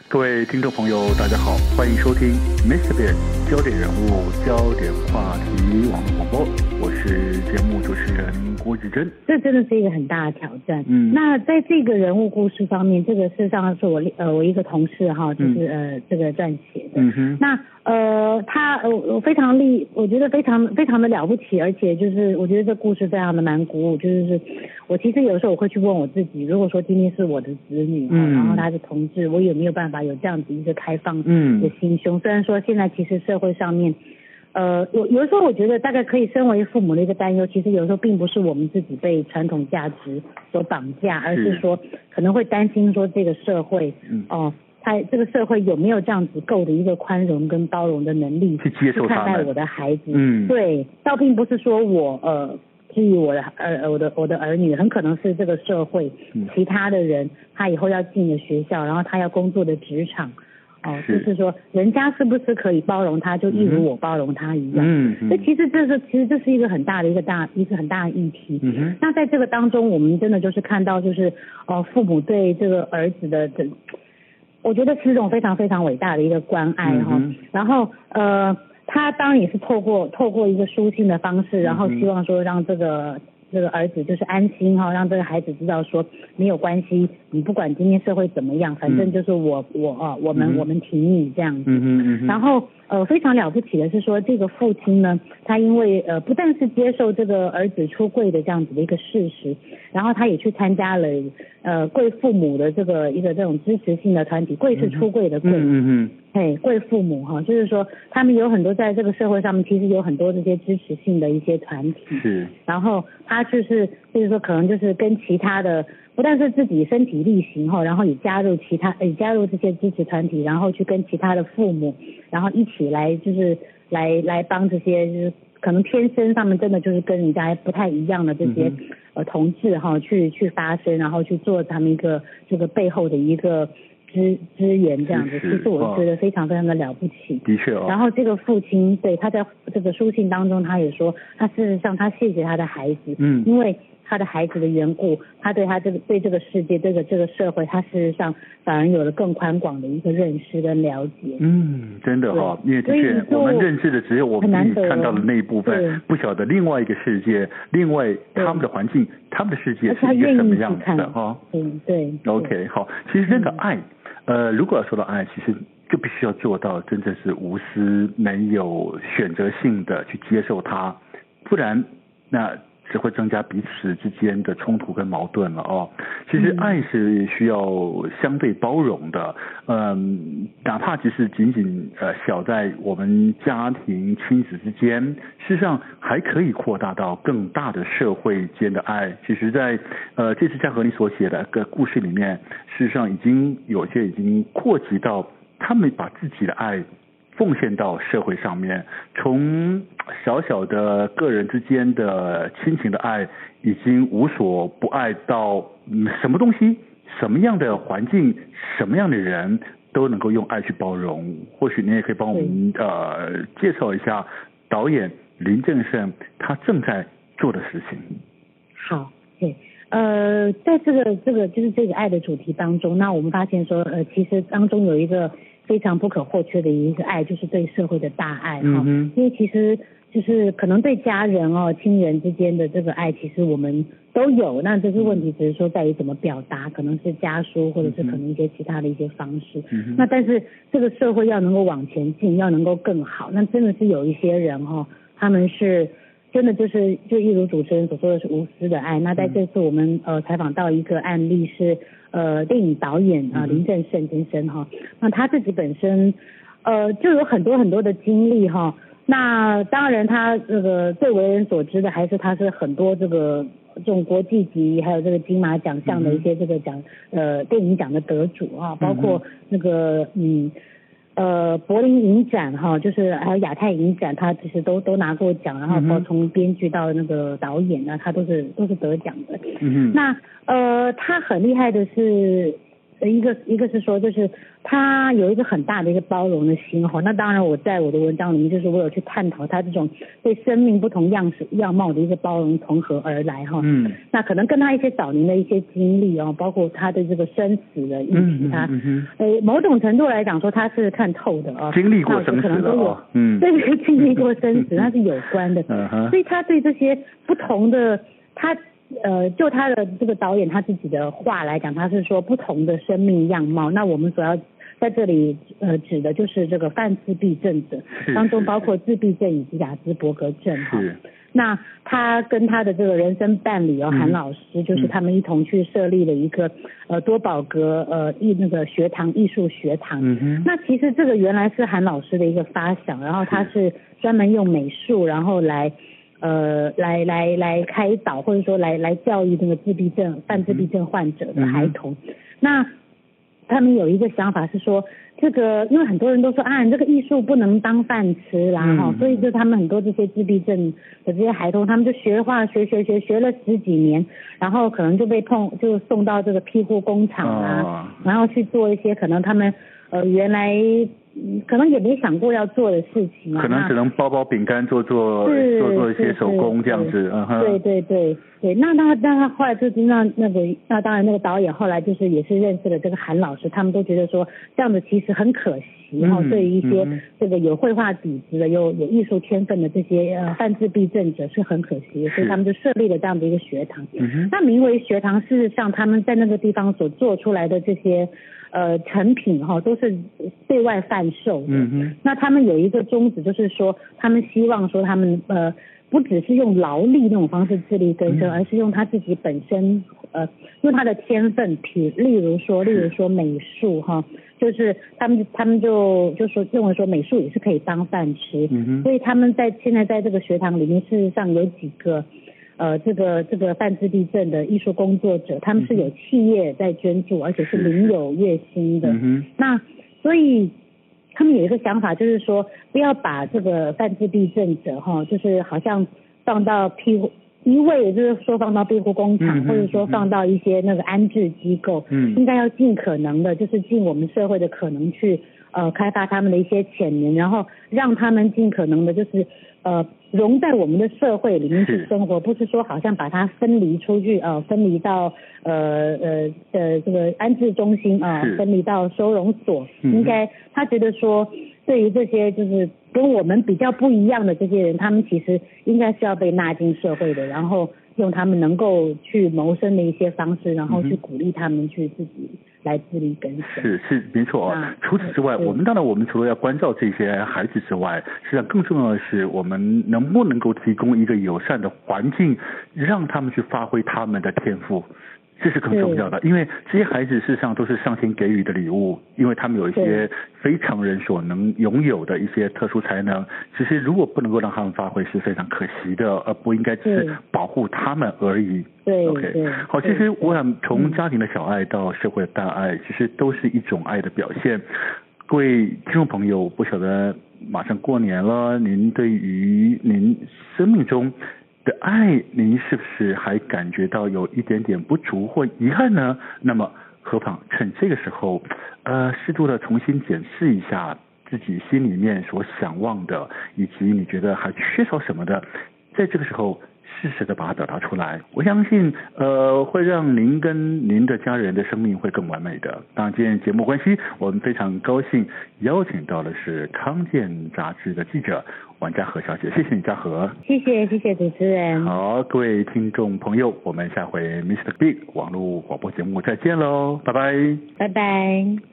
各位听众朋友，大家好，欢迎收听 Mr. Big 焦点人物、焦点话题网络广播，我是节目主持人郭志珍。 这真的是一个很大的挑战。那在这个人物故事方面，这个事实上是我一个同事哈，就是这个撰写的。那我我觉得非常的了不起，而且就是我觉得这故事非常的蛮鼓舞，就是我其实有时候我会去问我自己，如果说今天是我的子女，然后他是同志，我有没有办法有这样子一个开放的心胸？虽然说现在其实社会上面，有时候我觉得大概可以身为父母的一个担忧，其实有时候并不是我们自己被传统价值所绑架，而是说可能会担心说这个社会，这个社会有没有这样子够的一个宽容跟包容的能力去接受他们， 看待我的孩子。对，倒并不是说至于我的儿女，很可能是这个社会其他的人，他以后要进的学校，然后他要工作的职场，就是说人家是不是可以包容他，就一如我包容他一样。所以其实这是一个很大的一个很大的议题。那在这个当中，我们真的就是看到就是父母对这个儿子的我觉得是一种非常非常伟大的一个关爱哈。然后他当然也是透过一个书信的方式，然后希望说让这个儿子就是安心哈，让这个孩子知道说没有关系，你不管今天社会怎么样，反正就是我们挺你这样子。然后非常了不起的是说，这个父亲呢，他因为不但是接受这个儿子出柜的这样子的一个事实，然后他也去参加了贵父母的这种支持性的团体，贵是出柜的贵。贵父母哈，就是说他们有很多在这个社会上面，其实有很多这些支持性的一些团体。然后他就是说可能就是跟其他的，不但是自己身体力行哈，然后也加入这些支持团体，然后去跟其他的父母，然后一起来就是来帮这些就是可能天生上面真的就是跟人家不太一样的这些同志哈去发声，然后去做他们一个这个背后的一个支援这样子，其实我觉得非常非常的了不起。 的确然后这个父亲对他在这个书信当中，他也说，他事实上他谢谢他的孩子，因为他的孩子的缘故，他对这个世界这个社会，他事实上反而有了更宽广的一个认识跟了解。 真的哈，因为的确我们认识的只有我们自己看到的那一部分，不晓得另外一个世界，另外他们的环境，他们的世界是一个什么样子的哈。 对。 OK， 好，其实真的爱。如果要说到爱，其实就必须要做到真正是无私，没有选择性的去接受它，不然那只会增加彼此之间的冲突跟矛盾了哦。其实爱是需要相对包容的，哪怕只是仅仅小在我们家庭亲子之间，事实上还可以扩大到更大的社会间的爱。其实在这次嘉禾你所写的个故事里面，事实上有些已经扩及到他们把自己的爱奉献到社会上面，从小小的个人之间的亲情的爱，已经无所不爱到什么东西、什么样的环境、什么样的人都能够用爱去包容。或许你也可以帮我们介绍一下导演林正盛他正在做的事情。 好，对。在这个就是这个爱的主题当中，那我们发现说其实当中有一个非常不可或缺的一个爱，就是对社会的大爱哈。因为其实就是可能对家人亲人之间的这个爱，其实我们都有，那这个问题只是说在于怎么表达，可能是家书或者是可能一些其他的一些方式。那但是这个社会要能够往前进，要能够更好，那真的是有一些人他们是真的就一如主持人所说的是无私的爱。那在这次我们采访到一个案例是电影导演林正盛先生那他自己本身就有很多很多的经历那当然他这个最为人所知的还是他是很多这种国际级还有这个金马奖项的一些这个电影奖的得主包括那个柏林影展就是还有亚太影展，他其实都拿过奖，然后从编剧到那个导演他都是得奖的。那他很厉害的是一个是说，就是他有一个很大的一个包容的心哈。那当然，我在我的文章里面，就是我有去探讨他这种对生命不同样貌的一个包容从何而来哈。那可能跟他一些早年的一些经历哦，包括他的这个生死的议题，他某种程度来讲说他是看透的哦， 经历过生死了哦， 对，经历过生死，他是有关的，所以他对这些不同的他。就他的这个导演他自己的话来讲，他是说不同的生命样貌。那我们所要在这里指的就是这个泛自闭症者当中，包括自闭症以及亚兹伯格症哈。那他跟他的这个人生伴侣韩老师，就是他们一同去设立了一个多宝格那个学堂艺术学堂。那其实这个原来是韩老师的一个发想，然后他是专门用美术然后来开导或者说来教育那个泛自闭症患者的孩童。那他们有一个想法是说，这个因为很多人都说啊，你这个艺术不能当饭吃啦所以就他们很多这些自闭症的这些孩童，他们就学画学了10几年，然后可能就送到这个庇护工厂然后去做一些可能他们原来可能也没想过要做的事情可能只能包饼干做一些手工这样子。 对，那他后来就是那当然那个导演后来就是也是认识了这个韩老师，他们都觉得说这样子其实很可惜对于一些这个有绘画底子的有艺术天分的这些泛自闭症者是很可惜的，所以他们就设立了这样的一个学堂。那名为学堂，事实上他们在那个地方所做出来的这些成品都是对外贩售的。那他们有一个宗旨，就是说他们希望说他们不只是用劳力那种方式自力更生，而是用他自己本身用他的天分，例如说美术就是他们就说认为说美术也是可以当饭吃。所以他们现在在这个学堂里面，事实上有几个这个泛自闭症的艺术工作者，他们是有企业在捐助，而且是领有月薪的。那所以他们有一个想法，就是说不要把这个泛自闭症者就是好像放到一味就是说放到庇护工厂，或者说放到一些那个安置机构。应该要尽可能的，就是尽我们社会的可能去开发他们的一些潜能，然后让他们尽可能的就是融在我们的社会里面去生活，不是说好像把它分离出去分离到这个安置中心分离到收容所。应该他觉得说对于这些就是跟我们比较不一样的这些人，他们其实应该是要被纳进社会的，然后用他们能够去谋生的一些方式，然后去鼓励他们去自己来自力更生。 是没错除此之外，我们除了要关照这些孩子之外，实际上更重要的是我们能不能够提供一个友善的环境，让他们去发挥他们的天赋。这是更重要的，因为这些孩子事实上都是上天给予的礼物，因为他们有一些非常人所能拥有的一些特殊才能，其实如果不能够让他们发挥是非常可惜的，而不应该只是保护他们而已。OK， 好，其实我想从家庭的小爱到社会的大爱，其实都是一种爱的表现。各位听众朋友，不晓得马上过年了，您对于您生命中的爱，您是不是还感觉到有一点点不足或遗憾呢？那么何妨趁这个时候适度的重新检视一下自己心里面所想望的，以及你觉得还缺少什么的，在这个时候适时的把它表达出来，我相信会让您跟您的家人的生命会更完美的。当然今天节目关系，我们非常高兴邀请到的是康健杂志的记者王嘉禾小姐，谢谢你嘉禾。 谢谢主持人。 好，各位听众朋友，我们下回 Mr. Big 网络广播节目再见喽，拜拜。 拜拜。